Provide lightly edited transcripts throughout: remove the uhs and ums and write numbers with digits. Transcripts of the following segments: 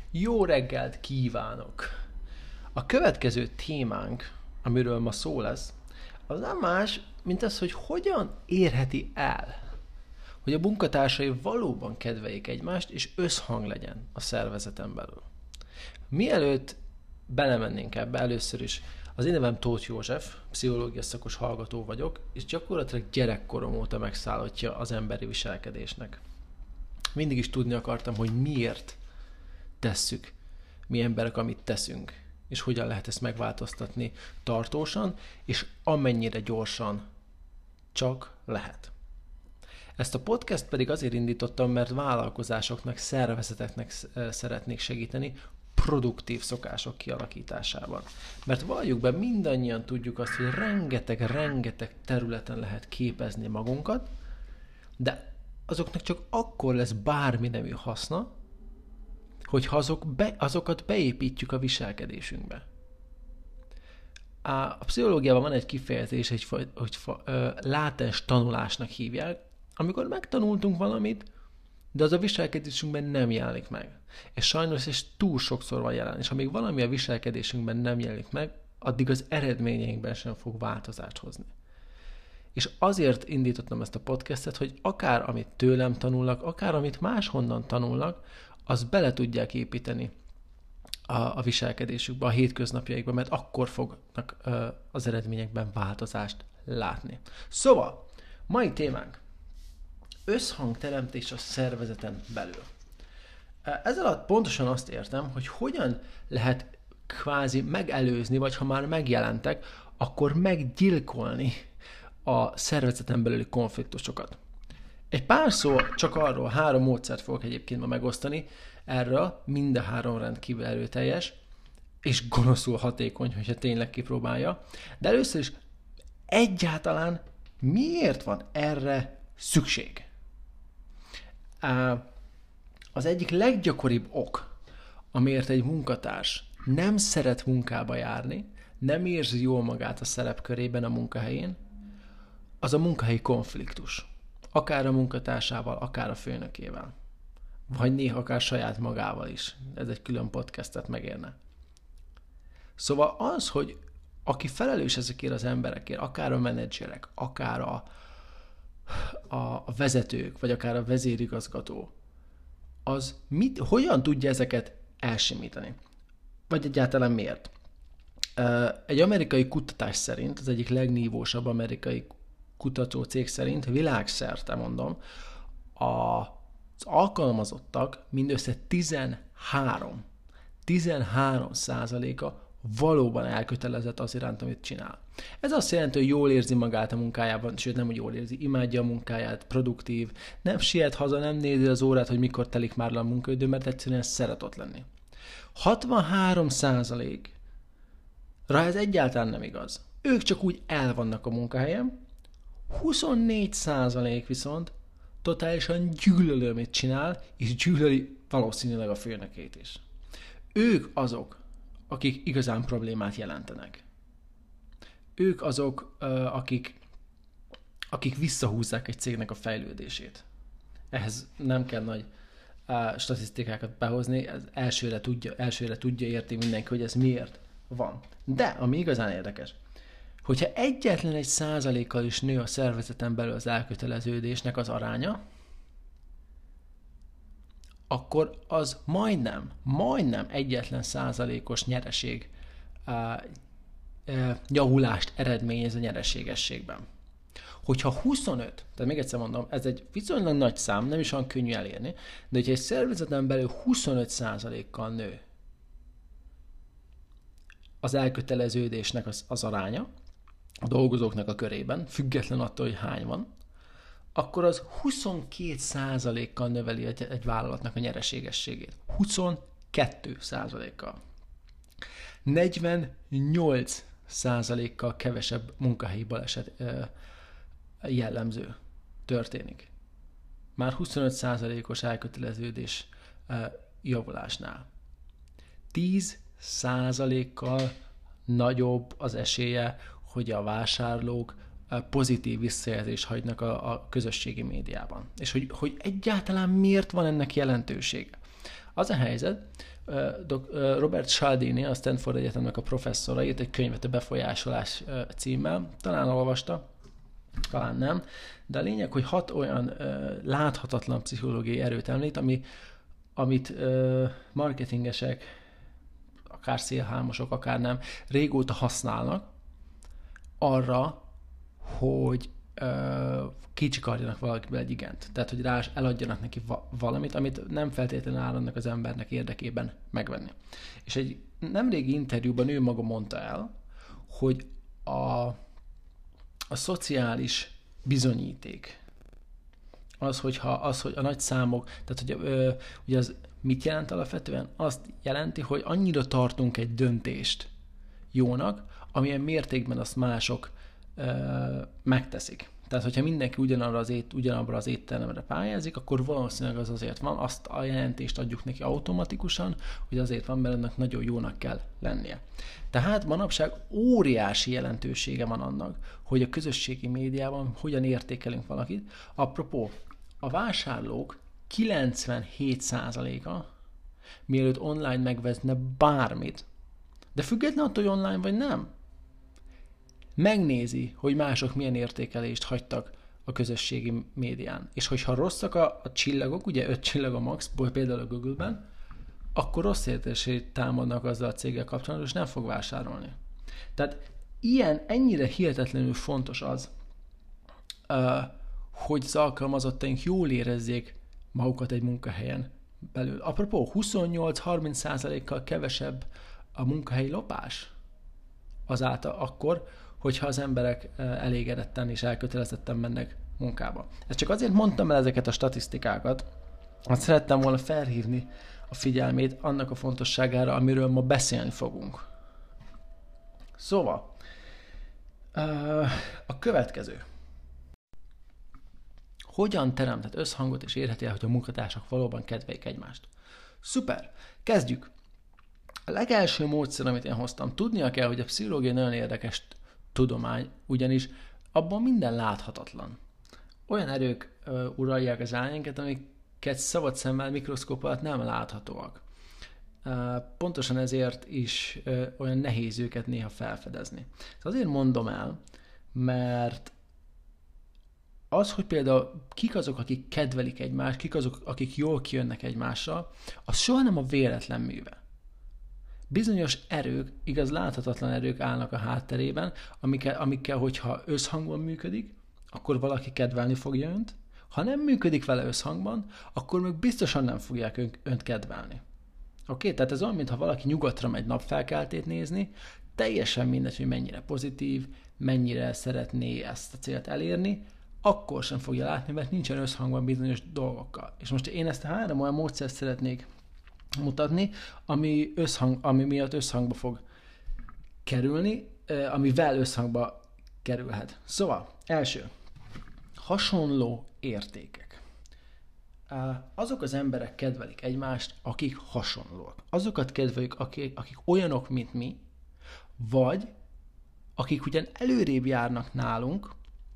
Jó reggelt kívánok! A következő témánk, amiről ma szó lesz, az nem más, mint az, hogy hogyan érheti el, hogy a munkatársai valóban kedveljék egymást, és összhang legyen a szervezeten belül. Mielőtt belemennénk ebbe, először is az én nevem Tóth József, pszichológia szakos hallgató vagyok, és gyakorlatilag gyerekkorom óta megszállottja az emberi viselkedésnek. Mindig is tudni akartam, hogy miért tesszük mi emberek, amit teszünk, és hogyan lehet ezt megváltoztatni tartósan, és amennyire gyorsan csak lehet. Ezt a podcast pedig azért indítottam, mert vállalkozásoknak, szervezeteknek szeretnék segíteni produktív szokások kialakításában. Mert valljuk be, mindannyian tudjuk azt, hogy rengeteg területen lehet képezni magunkat, de azoknak csak akkor lesz bármi nemű haszna, hogyha azokat beépítjük a viselkedésünkbe. A pszichológiában van egy kifejezés, hogy látens tanulásnak hívják, amikor megtanultunk valamit, de az a viselkedésünkben nem jelenik meg. És sajnos ez túl sokszor van jelen, és amíg valami a viselkedésünkben nem jelenik meg, addig az eredményeinkben sem fog változást hozni. És azért indítottam ezt a podcastet, hogy akár amit tőlem tanulnak, akár amit máshonnan tanulnak, azt bele tudják építeni a viselkedésükbe, a hétköznapjaikba, mert akkor fognak az eredményekben változást látni. Szóval, mai témánk: összhangteremtés a szervezeten belül. Ezzel alatt pontosan azt értem, hogy hogyan lehet kvázi megelőzni, vagy ha már megjelentek, akkor meggyilkolni a szervezeten belüli konfliktusokat. Egy pár szó csak arról, 3 módszert fogok egyébként ma megosztani, erről mind a 3 rendkívül erőteljes, és gonoszul hatékony, hogyha tényleg kipróbálja. De először is egyáltalán miért van erre szükség? Az egyik leggyakoribb ok, amiért egy munkatárs nem szeret munkába járni, nem érzi jól magát a szerepkörében a munkahelyén, az a munkahelyi konfliktus. Akár a munkatársával, akár a főnökével. Vagy néha akár saját magával is. Ez egy külön podcastet megérne. Szóval az, hogy aki felelős ezekért az emberekért, akár a menedzserek, akár a vezetők, vagy akár a vezérigazgató, az hogyan tudja ezeket elsimítani? Vagy egyáltalán miért? Egy amerikai kutatás szerint, az egyik legnívósabb amerikai kutató cég szerint, világszerte mondom, az alkalmazottak mindössze 13%-a valóban elkötelezett az iránt, amit csinál. Ez azt jelenti, hogy jól érzi magát a munkájában, sőt nem, hogy jól érzi, imádja a munkáját, produktív, nem siet haza, nem nézi az órát, hogy mikor telik már le a munkaidő, mert egyszerűen szeret ott lenni. 63%-ra ez egyáltalán nem igaz. Ők csak úgy el vannak a munkahelyen, 24% viszont totálisan gyűlöli, amit csinál, és gyűlöli valószínűleg a főnökét is. Ők azok, akik igazán problémát jelentenek. Ők azok, akik visszahúzzák egy cégnek a fejlődését. Ehhez nem kell nagy statisztikákat behozni, ez elsőre tudja érti mindenki, hogy ez miért van. De, ami igazán érdekes, hogyha egyetlen 1%-kal is nő a szervezeten belül az elköteleződésnek az aránya, akkor az majdnem egyetlen százalékos nyereség javulást eredményez a nyereségességben. Hogyha 25, tehát még egyszer mondom, ez egy viszonylag nagy szám, nem is olyan könnyű elérni, de hogyha egy szervezeten belül 25%-kal nő az elköteleződésnek az aránya, a dolgozóknak a körében, független attól, hogy hány van, akkor az 22%-kal növeli egy vállalatnak a nyereségességét. 22%-kal. 48%-kal kevesebb munkahelyi baleset jellemző történik. Már 25%-os elköteleződés javulásnál. 10%-kal nagyobb az esélye, hogy a vásárlók pozitív visszajelzést hagynak a közösségi médiában. És hogy egyáltalán miért van ennek jelentősége? Az a helyzet, Robert Cialdini, a Stanford Egyetemnek a professzora írt egy könyvet a Befolyásolás címmel, talán olvasta, talán nem, de a lényeg, hogy 6 olyan láthatatlan pszichológiai erőt említ, amit marketingesek, akár szélhámosok, akár nem, régóta használnak arra, hogy kicsikarjanak valakiből egy igent. Tehát, hogy rá eladjanak neki valamit, amit nem feltétlenül áll annak az embernek érdekében megvenni. És egy nemrégi interjúban ő maga mondta el, hogy a szociális bizonyíték, hogy a nagy számok, tehát hogy ugye az mit jelent alapvetően? Azt jelenti, hogy annyira tartunk egy döntést jónak, amilyen mértékben azt mások megteszik. Tehát, hogyha mindenki ugyanabra az étteremre pályázik, akkor valószínűleg az azért van, azt a jelentést adjuk neki automatikusan, hogy azért van, mert ennek nagyon jónak kell lennie. Tehát manapság óriási jelentősége van annak, hogy a közösségi médiában hogyan értékelünk valakit. Apropó, a vásárlók 97%-a mielőtt online megvezne bármit, de független attól, hogy online vagy nem, megnézi, hogy mások milyen értékelést hagytak a közösségi médián. És hogyha rosszak a csillagok, ugye 5 csillag a max, például a Google-ben, akkor rossz értését támadnak azzal a céggel kapcsolatban, és nem fog vásárolni. Tehát ennyire hihetetlenül fontos az, hogy az alkalmazottaink jól érezzék magukat egy munkahelyen belül. Apropó, 28-30%-kal kevesebb a munkahelyi lopás azáltal akkor, hogyha az emberek elégedetten és elkötelezetten mennek munkába. Ezt csak azért mondtam el ezeket a statisztikákat, azt szerettem volna felhívni a figyelmét annak a fontosságára, amiről ma beszélni fogunk. Szóval, a következő. Hogyan teremtett összhangot és érheti el, hogy a munkatársak valóban kedvelik egymást? Szuper! Kezdjük! A legelső módszer, amit én hoztam, tudnia kell, hogy a pszichológia nagyon érdekes tudomány, ugyanis abban minden láthatatlan. Olyan erők uralják az elménket, amiket szabad szemmel mikroszkóp alatt nem láthatóak. Pontosan ezért is olyan nehéz őket néha felfedezni. Azért mondom el, mert az, hogy például kik azok, akik kedvelik egymást, kik azok, akik jól kijönnek egymással, az soha nem a véletlen műve. Bizonyos erők, igaz láthatatlan erők állnak a hátterében, amikkel, hogyha összhangban működik, akkor valaki kedvelni fogja önt, ha nem működik vele összhangban, akkor meg biztosan nem fogják önt kedvelni. Oké? Tehát ez olyan, mintha valaki nyugatra megy napfelkeltét nézni, teljesen mindegy, hogy mennyire pozitív, mennyire szeretné ezt a célt elérni, akkor sem fogja látni, mert nincsen összhangban bizonyos dolgokkal. És most én ezt a 3 olyan módszert szeretnék mutatni, ami miatt összhangba fog kerülni, amivel összhangba kerülhet. Szóval, első, hasonló értékek. Azok az emberek kedvelik egymást, akik hasonlóak. Azokat kedveljük, akik olyanok, mint mi, vagy akik ugyan előrébb járnak nálunk,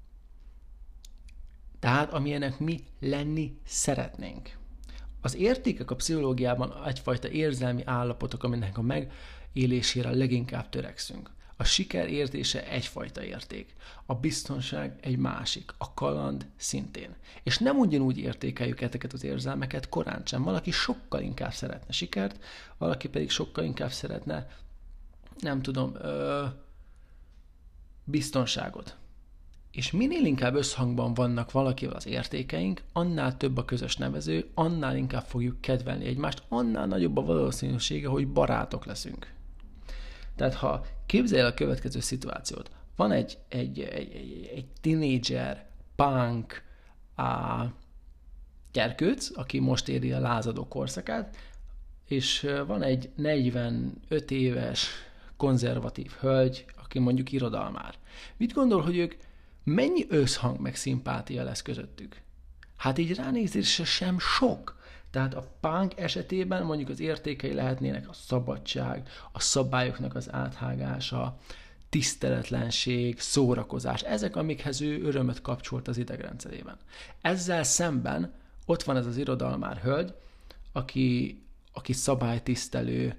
tehát amilyenek mi lenni szeretnénk. Az értékek a pszichológiában egyfajta érzelmi állapotok, aminek a megélésére leginkább törekszünk. A siker értése egyfajta érték, a biztonság egy másik, a kaland szintén. És nem ugyanúgy értékeljük ezeket az érzelmeket korán sem. Valaki sokkal inkább szeretne sikert, valaki pedig sokkal inkább szeretne, nem tudom, biztonságot. És minél inkább összhangban vannak valakivel az értékeink, annál több a közös nevező, annál inkább fogjuk kedvelni egymást, annál nagyobb a valószínűsége, hogy barátok leszünk. Tehát ha képzelj el a következő szituációt, van egy tinédzser, punk, gyerkőc, aki most éri a lázadó korszakát, és van egy 45 éves konzervatív hölgy, aki mondjuk irodalmár. Mit gondol, hogy ők mennyi összhang meg szimpátia lesz közöttük? Hát így ránézésre sem sok. Tehát a punk esetében mondjuk az értékei lehetnének a szabadság, a szabályoknak az áthágása, tiszteletlenség, szórakozás. Ezek, amikhez ő örömöt kapcsolt az idegrendszerében. Ezzel szemben ott van ez az irodalmár hölgy, aki aki szabálytisztelő,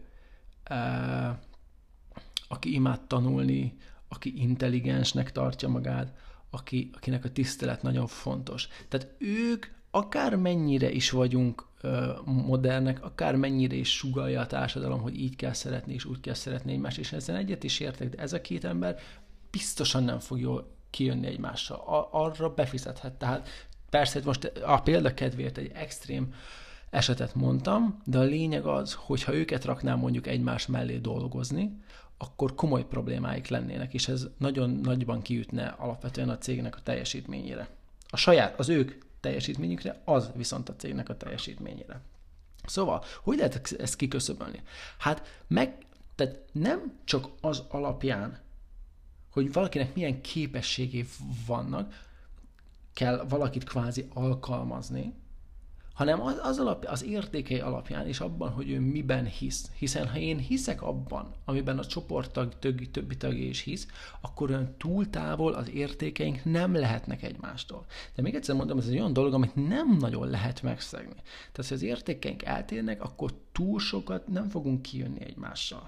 aki imád tanulni, aki intelligensnek tartja magát, akinek a tisztelet nagyon fontos. Tehát ők akármennyire is vagyunk modernek, akármennyire is sugallja a társadalom, hogy így kell szeretni, és úgy kell szeretni egymást, és ezzel egyet is értek, de ez a két ember biztosan nem fog jól kijönni egymással. Arra befizethet. Tehát persze most a példa kedvéért egy extrém esetet mondtam, de a lényeg az, hogy ha őket raknám mondjuk egymás mellé dolgozni, akkor komoly problémáik lennének, és ez nagyon nagyban kiütne alapvetően a cégnek a teljesítményére. Az ők teljesítményükre, az viszont a cégnek a teljesítményére. Szóval, hogy lehet ezt kiköszöbölni? Tehát nem csak az alapján, hogy valakinek milyen képességei vannak, kell valakit kvázi alkalmazni, hanem az értékei alapján és abban, hogy ő miben hisz. Hiszen ha én hiszek abban, amiben a csoporttag többi tagja is hisz, akkor olyan túl távol az értékeink nem lehetnek egymástól. De még egyszer mondom, ez egy olyan dolog, amit nem nagyon lehet megszegni. Tehát, ha az értékeink eltérnek, akkor túl sokat nem fogunk kijönni egymással.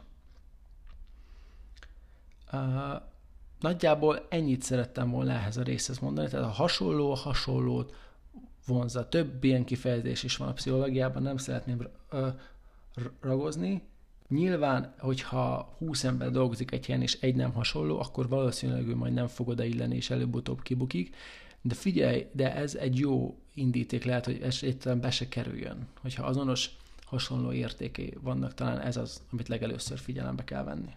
Nagyjából ennyit szerettem volna ehhez a részhez mondani, tehát a hasonlót vonzza. Több ilyen kifejezés is van a pszichológiában, nem szeretném ragozni. Nyilván, hogyha 20 ember dolgozik egy helyen, és egy nem hasonló, akkor valószínűleg ő majd nem fog odailleni, és előbb-utóbb kibukik. De figyelj, de ez egy jó indíték lehet, hogy ez egyáltalán be se kerüljön. Hogyha azonos hasonló értékei vannak, talán ez az, amit legelőször figyelembe kell venni.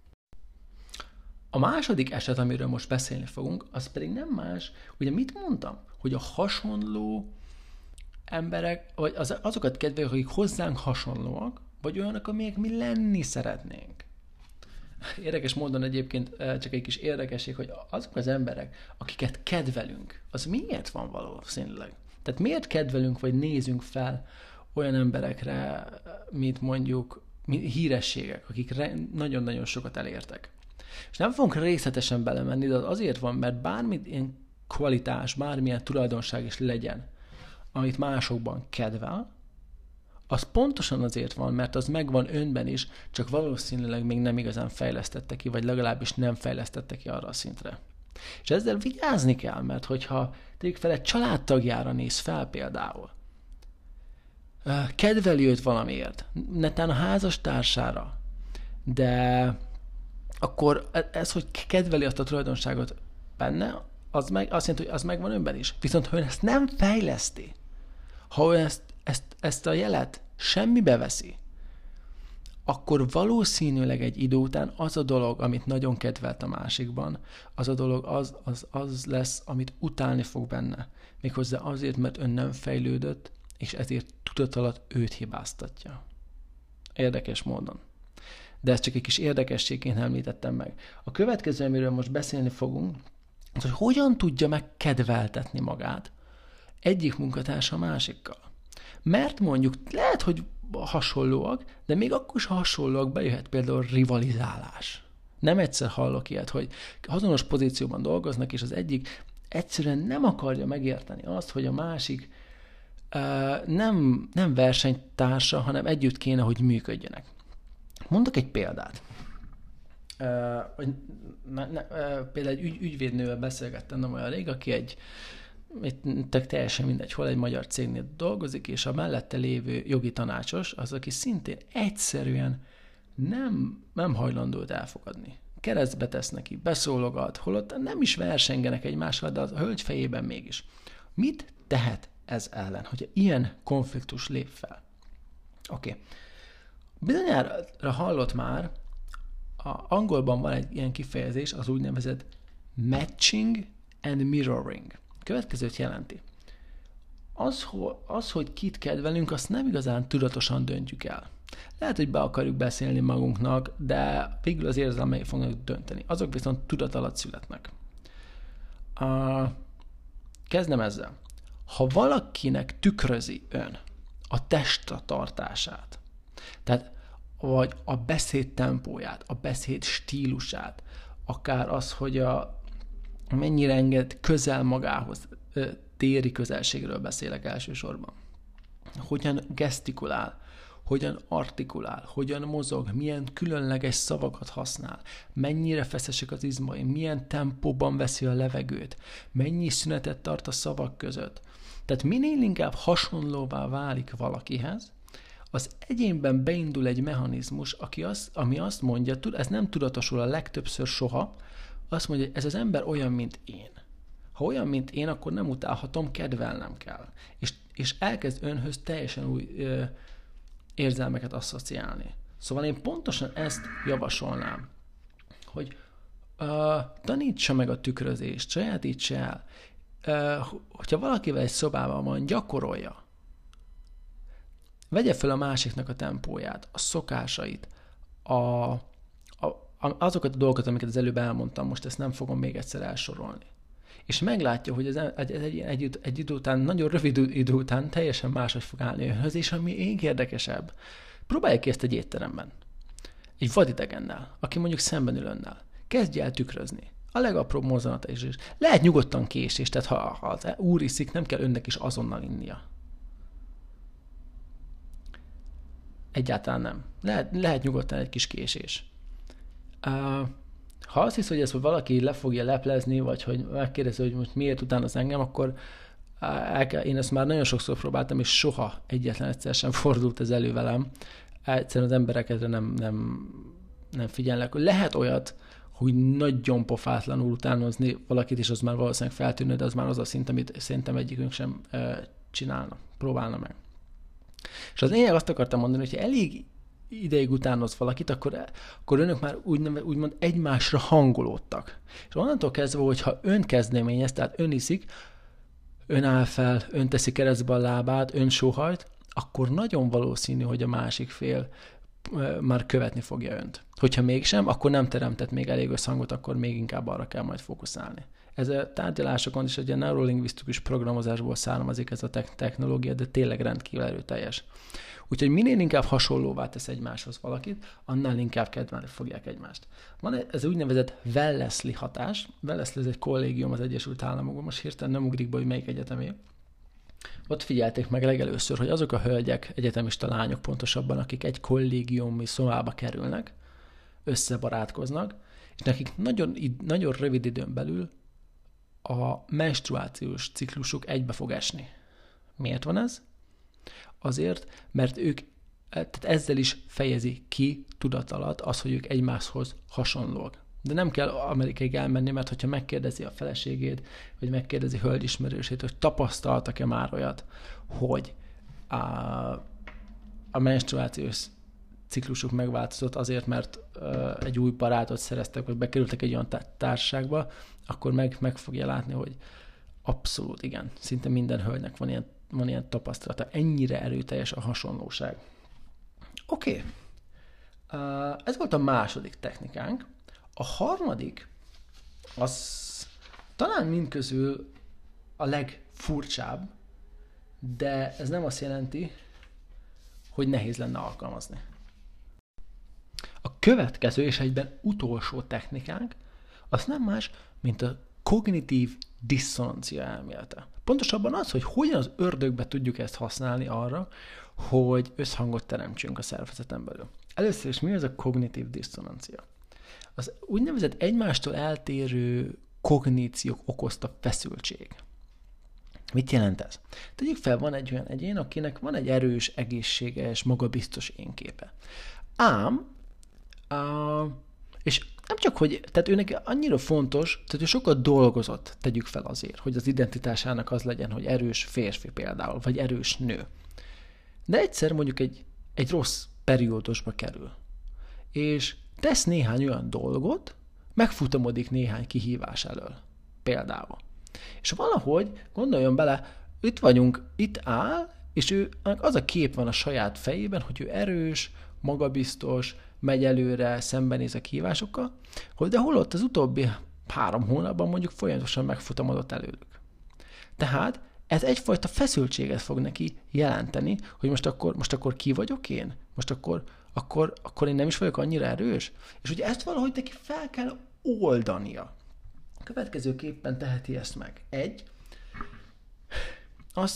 A második eset, amiről most beszélni fogunk, az pedig nem más, ugye mit mondtam? Hogy a hasonló emberek, vagy azokat kedveljük, akik hozzánk hasonlóak, vagy olyanok, amelyek mi lenni szeretnénk. Érdekes módon egyébként csak egy kis érdekesség, hogy azok az emberek, akiket kedvelünk, az miért van valószínűleg? Tehát miért kedvelünk, vagy nézünk fel olyan emberekre, mint mondjuk hírességek, akik nagyon-nagyon sokat elértek? És nem fogunk részletesen belemenni, de az azért van, mert bármilyen kvalitás, bármilyen tulajdonság is legyen, amit másokban kedvel, az pontosan azért van, mert az megvan önben is, csak valószínűleg még nem igazán fejlesztette ki, vagy legalábbis nem fejlesztette ki arra a szintre. És ezzel vigyázni kell, mert hogyha tegyük fel egy családtagjára néz fel például, kedveli őt valamiért, netán a házastársára, de akkor ez, hogy kedveli azt a tulajdonságot benne, azt jelenti, hogy az megvan önben is. Viszont ha ön ezt nem fejleszti, ha ön ezt a jelet semmibe veszi, akkor valószínűleg egy idő után az a dolog, amit nagyon kedvelt a másikban, az a dolog az lesz, amit utálni fog benne. Méghozzá azért, mert ön nem fejlődött, és ezért tudat alatt őt hibáztatja. Érdekes módon. De ezt csak egy kis érdekességként említettem meg. A következő, amiről most beszélni fogunk, az, hogy hogyan tudja megkedveltetni magát egyik munkatársa a másikkal. Mert mondjuk lehet, hogy hasonlóak, de még akkor is hasonlóak bejöhet például rivalizálás. Nem egyszer hallok ilyet, hogy azonos pozícióban dolgoznak, és az egyik egyszerűen nem akarja megérteni azt, hogy a másik nem versenytársa, hanem együtt kéne, hogy működjenek. Mondok egy példát. Például egy ügyvédnővel beszélgettem nem olyan rég, aki teljesen mindegy, hol egy magyar cégnél dolgozik, és a mellette lévő jogi tanácsos az, aki szintén egyszerűen nem hajlandó őt elfogadni. Keresztbe tesz neki, beszólogat, holott nem is versengenek egymással, de a hölgy fejében mégis. Mit tehet ez ellen, hogyha ilyen konfliktus lép fel? Oké. Bizonyára hallott már, angolban van egy ilyen kifejezés, az úgynevezett matching and mirroring. Következőt jelenti. Az, hogy kit kedvelünk, azt nem igazán tudatosan döntjük el. Lehet, hogy be akarjuk beszélni magunknak, de végül az érzelmei fognak dönteni. Azok viszont tudat alatt születnek. Kezdem ezzel. Ha valakinek tükrözi ön a testtartását, tehát vagy a beszéd tempóját, a beszéd stílusát, akár az, hogy mennyire enged közel magához, téri közelségről beszélek elsősorban. Hogyan gesztikulál, hogyan artikulál, hogyan mozog, milyen különleges szavakat használ, mennyire feszesek az izmai, milyen tempóban veszi a levegőt, mennyi szünetet tart a szavak között. Tehát minél inkább hasonlóvá válik valakihez, az egyénben beindul egy mechanizmus, ami azt mondja, ez nem tudatosul a legtöbbször soha, azt mondja, hogy ez az ember olyan, mint én. Ha olyan, mint én, akkor nem utálhatom, kedvelnem kell. És elkezd önhöz teljesen új érzelmeket asszociálni. Szóval én pontosan ezt javasolnám, hogy tanítsa meg a tükrözést, sajátítsa el. Hogyha valakivel egy szobában van, gyakorolja. Vegye fel a másiknak a tempóját, a szokásait, azokat a dolgokat, amiket az előbb elmondtam, most ezt nem fogom még egyszer elsorolni. És meglátja, hogy egy idő után, nagyon rövid idő után teljesen máshogy fog állni önhöz, és ami még érdekesebb, próbálja ki ezt egy étteremben. Egy vadidegennel, aki mondjuk szemben ül önnel. Kezdje el tükrözni. A legapróbb mozzanata is. Lehet nyugodtan késés, tehát ha az úr iszik, nem kell önnek is azonnal innia. Egyáltalán nem. Lehet nyugodtan egy kis késés. Ha azt hisz, hogy ezt valaki le fogja leplezni, vagy hogy megkérdezi, hogy most miért utánaz engem, akkor én ezt már nagyon sokszor próbáltam, és soha egyetlen egyszer sem fordult ez elő velem. Egyszerűen az emberekre nem figyelnek. Lehet olyat, hogy nagyon pofátlanul utánozni valakit, és az már valószínűleg feltűnő, de az már az a szint, amit szerintem egyikünk sem csinálna, próbálna meg. És az lényeg azt akartam mondani, hogy ha elég ideig utánoz valakit, akkor önök már úgymond egymásra hangolódtak. És onnantól kezdve, hogyha ön kezdeményez, tehát ön iszik, ön áll fel, ön teszi keresztbe a lábát, ön sóhajt, akkor nagyon valószínű, hogy a másik fél már követni fogja önt. Hogyha mégsem, akkor nem teremtett még elég összhangot, akkor még inkább arra kell majd fókuszálni. Ez a tárgyalásokon is egy ilyen neurolingvisztikus programozásból származik ez a technológia, de tényleg rendkívül erőteljes. Úgyhogy minél inkább hasonlóvá tesz egymáshoz valakit, annál inkább kedvelni fogják egymást. Van ez úgynevezett Wellesley hatás. Wellesley ez egy kollégium az Egyesült Államokban, most hirtelen nem ugrik be, hogy melyik egyetemé. Ott figyelték meg legelőször, hogy azok a hölgyek, egyetemista lányok pontosabban, akik egy kollégiumi szobába kerülnek, összebarátkoznak, és nekik nagyon rövid időn belül a menstruációs ciklusuk egybe fog esni. Miért van ez? Azért, mert ők tehát ezzel is fejezi ki tudat alatt az, hogy ők egymáshoz hasonlók. De nem kell Amerikáig elmenni, mert hogyha megkérdezi a feleségét, vagy megkérdezi hölgyismerősét, hogy tapasztaltak-e már olyat, hogy a menstruációs ciklusuk megváltozott azért, mert egy új barátot szereztek, vagy bekerültek egy olyan társaságba, akkor meg fogja látni, hogy abszolút igen, szinte minden hölgynek van ilyen tapasztalata. Ennyire erőteljes a hasonlóság. Oké. Ez volt a második technikánk. A harmadik, az talán mindközül a legfurcsább, de ez nem azt jelenti, hogy nehéz lenne alkalmazni. A következő és egyben utolsó technikánk, az nem más, mint a kognitív diszonancia elmélete. Pontosabban az, hogy hogyan az ördögbe tudjuk ezt használni arra, hogy összhangot teremtsünk a szervezeten belül. Először is mi az a kognitív diszonancia? Az úgynevezett egymástól eltérő kogníciók okozta feszültség. Mit jelent ez? Tegyük fel, van egy olyan egyén, akinek van egy erős, egészséges, magabiztos énképe. És nem csak, hogy, tehát őnek annyira fontos, tehát ő sokat dolgozott, tegyük fel azért, hogy az identitásának az legyen, hogy erős férfi például, vagy erős nő. De egyszer mondjuk egy rossz periódusba kerül, és tesz néhány olyan dolgot, megfutamodik néhány kihívás elől, például. És valahogy, gondoljon bele, itt vagyunk, itt áll, és őnek az a kép van a saját fejében, hogy ő erős, magabiztos, megy előre, szembenéz a kihívásokkal, de holott az utóbbi 3 hónapban mondjuk folyamatosan megfutamodott előlük. Tehát ez egyfajta feszültséget fog neki jelenteni, hogy most akkor ki vagyok én? Most akkor én nem is vagyok annyira erős? És ugye ezt valahogy neki fel kell oldania. Következőképpen teheti ezt meg. Az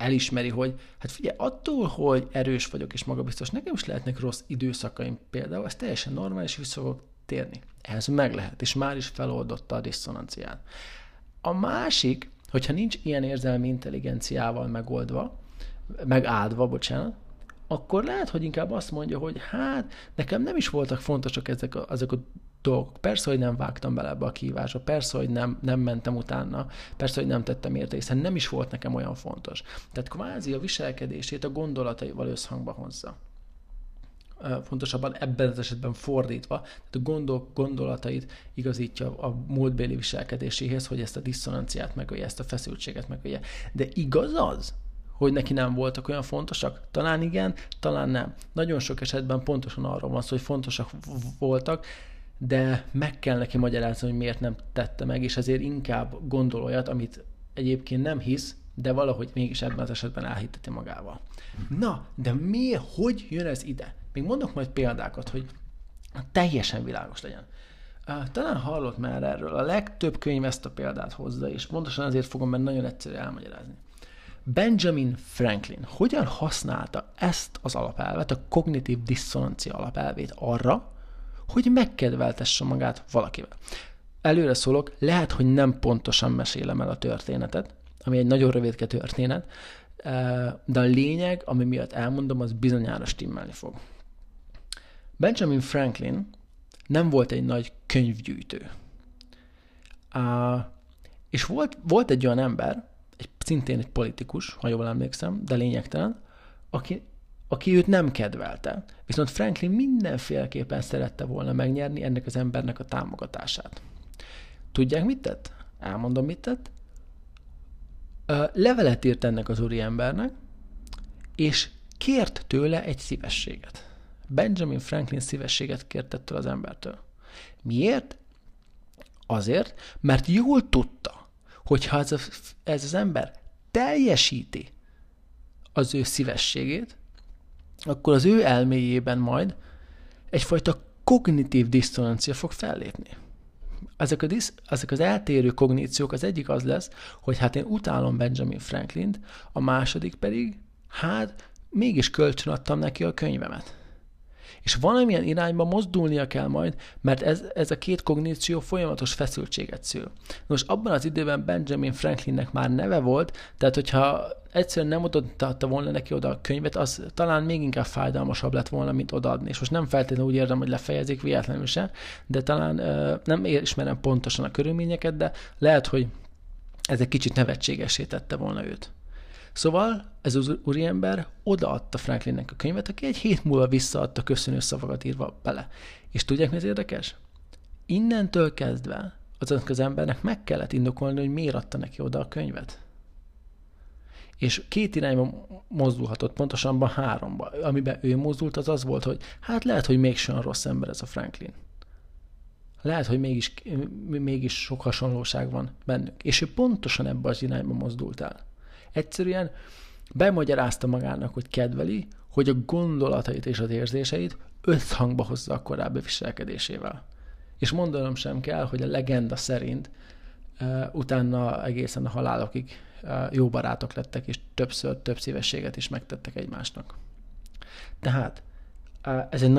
elismeri, hogy hát figyelj, attól, hogy erős vagyok és magabiztos, nekem is lehetnek rossz időszakaim például, ez teljesen normális, vissza fogok térni. Ehhez meg lehet, és már is feloldotta a diszonanciát. A másik, hogyha nincs ilyen érzelmi intelligenciával megáldva, akkor lehet, hogy inkább azt mondja, hogy hát nekem nem is voltak fontosak ezek a dolgok. Persze, hogy nem vágtam bele ebbe a kihívásba, persze, hogy nem mentem utána, persze, hogy nem tettem érte, hiszen nem is volt nekem olyan fontos. Tehát kvázi a viselkedését a gondolataival összhangba hozza. Fontosabban ebben az esetben fordítva, tehát a gondolatait igazítja a múltbéli viselkedéséhez, hogy ezt a diszonanciát megölje, ezt a feszültséget megölje. De igaz az, hogy neki nem voltak olyan fontosak? Talán igen, talán nem. Nagyon sok esetben pontosan arról van szó, hogy fontosak voltak, de meg kell neki magyarázni, hogy miért nem tette meg, és ezért inkább gondol olyat, amit egyébként nem hisz, de valahogy mégis ebben az esetben elhitteti magával. Na, de miért, hogy jön ez ide? Még mondok majd példákat, hogy teljesen világos legyen. Talán hallott már erről, a legtöbb könyv ezt a példát hozza, és pontosan azért fogom mert nagyon egyszerű elmagyarázni. Benjamin Franklin hogyan használta ezt az alapelvet, a kognitív diszonancia alapelvét arra, hogy megkedveltesse magát valakivel. Előre szólok, lehet, hogy nem pontosan mesélem el a történetet, ami egy nagyon rövidke történet, de a lényeg, ami miatt elmondom, az bizonyára stimmelni fog. Benjamin Franklin nem volt egy nagy könyvgyűjtő. És volt egy olyan ember, szintén egy politikus, ha jól emlékszem, de lényegtelen, aki őt nem kedvelte. Viszont Franklin mindenféleképpen szerette volna megnyerni ennek az embernek a támogatását. Tudják, mit tett? Elmondom, mit tett. Levelet írt ennek az úriembernek, és kért tőle egy szívességet. Benjamin Franklin szívességet kért ettől az embertől. Miért? Azért, mert jól tudta, hogyha ez az ember teljesíti az ő szívességét, akkor az ő elméjében majd egyfajta kognitív diszonancia fog fellépni. Ezek az eltérő kogníciók, az egyik az lesz, hogy hát én utálom Benjamin Franklint, a második pedig, hát mégis kölcsönadtam neki a könyvemet. És valamilyen irányba mozdulnia kell majd, mert ez a két kogníció folyamatos feszültséget szül. Most abban az időben Benjamin Franklinnek már neve volt, tehát hogyha egyszerűen nem odaadta volna neki oda a könyvet, az talán még inkább fájdalmasabb lett volna, mint odaadni. És most nem feltétlenül úgy érzem, hogy lefejezik, véletlenül se, de talán nem ismerem pontosan a körülményeket, de lehet, hogy ez egy kicsit nevetségessé tette volna őt. Szóval ez az úriember odaadta Franklinnek a könyvet, aki egy hét múlva visszaadta köszönő szavakat írva bele. És tudják, mi az érdekes? Innentől kezdve azok az embernek meg kellett indokolni, hogy miért adta neki oda a könyvet. És két irányba mozdulhatott, pontosabban háromba. Amiben ő mozdult, az volt, hogy hát lehet, hogy mégsem rossz ember ez a Franklin. Lehet, hogy mégis sok hasonlóság van bennük. És ő pontosan ebbe az irányba mozdult el. Egyszerűen bemagyarázta magának, hogy kedveli, hogy a gondolatait és az érzéseit összhangba hozza a korábbi viselkedésével. És mondanom sem kell, hogy a legenda szerint utána egészen a halálokig jó barátok lettek, és többször több szívességet is megtettek egymásnak. Tehát ez egy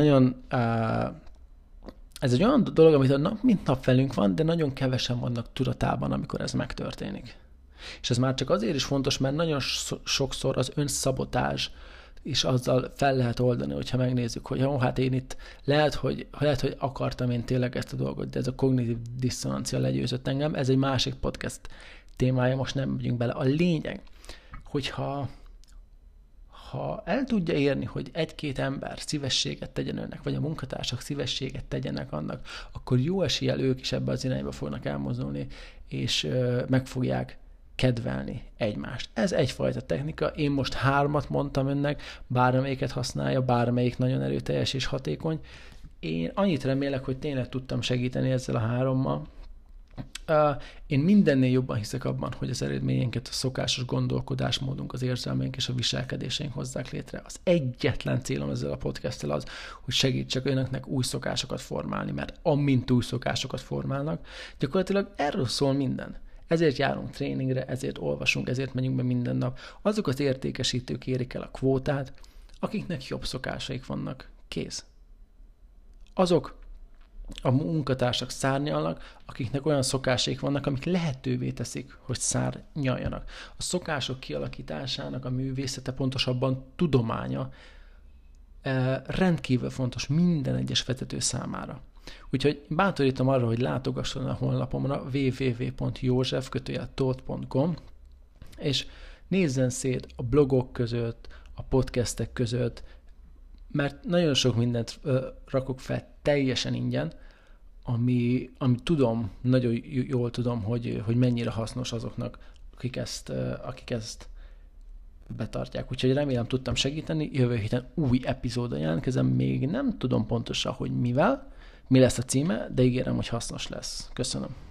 olyan dolog, amit a nap mint nap velünk van, de nagyon kevesen vannak tudatában, amikor ez megtörténik. És ez már csak azért is fontos, mert nagyon sokszor az önszabotázs is azzal fel lehet oldani, hogyha megnézzük, hogy jó, hát én itt lehet, hogy akartam én tényleg ezt a dolgot, de ez a kognitív diszonancia legyőzött engem. Ez egy másik podcast témája, most nem megyünk bele. A lényeg, hogyha el tudja érni, hogy egy-két ember szívességet tegyen önnek, vagy a munkatársak szívességet tegyenek annak, akkor jó eséllyel ők is ebbe az irányba fognak elmozdulni, és meg fogják kedvelni egymást. Ez egyfajta technika. Én most 3 mondtam önnek, bármelyiket használja, bármelyik nagyon erőteljes és hatékony. Én annyit remélek, hogy tényleg tudtam segíteni ezzel a 3-mal. Én mindennél jobban hiszek abban, hogy az eredményeinket a szokásos gondolkodásmódunk, az érzelmeink és a viselkedéseink hozzák létre. Az egyetlen célom ezzel a podcasttel az, hogy segítsek önöknek új szokásokat formálni, mert amint új szokásokat formálnak, gyakorlatilag erről szól minden. Ezért járunk tréningre, ezért olvasunk, ezért megyünk be minden nap. Azok az értékesítők érik el a kvótát, akiknek jobb szokásaik vannak. Kész. Azok a munkatársak szárnyalnak, akiknek olyan szokásaik vannak, amik lehetővé teszik, hogy szárnyaljanak. A szokások kialakításának a művészete, pontosabban tudománya rendkívül fontos minden egyes vezető számára. Úgyhogy bátorítom arra, hogy látogasson a honlapomra www.josef-toth.com és nézzen szét a blogok között, a podcastek között, mert nagyon sok mindent rakok fel teljesen ingyen, ami tudom, nagyon jól tudom, hogy mennyire hasznos azoknak, akik ezt betartják. Úgyhogy remélem tudtam segíteni. Jövő héten új epizódon jelentkezem, még nem tudom pontosan, hogy mivel, mi lesz a címe, de ígérem, hogy hasznos lesz. Köszönöm.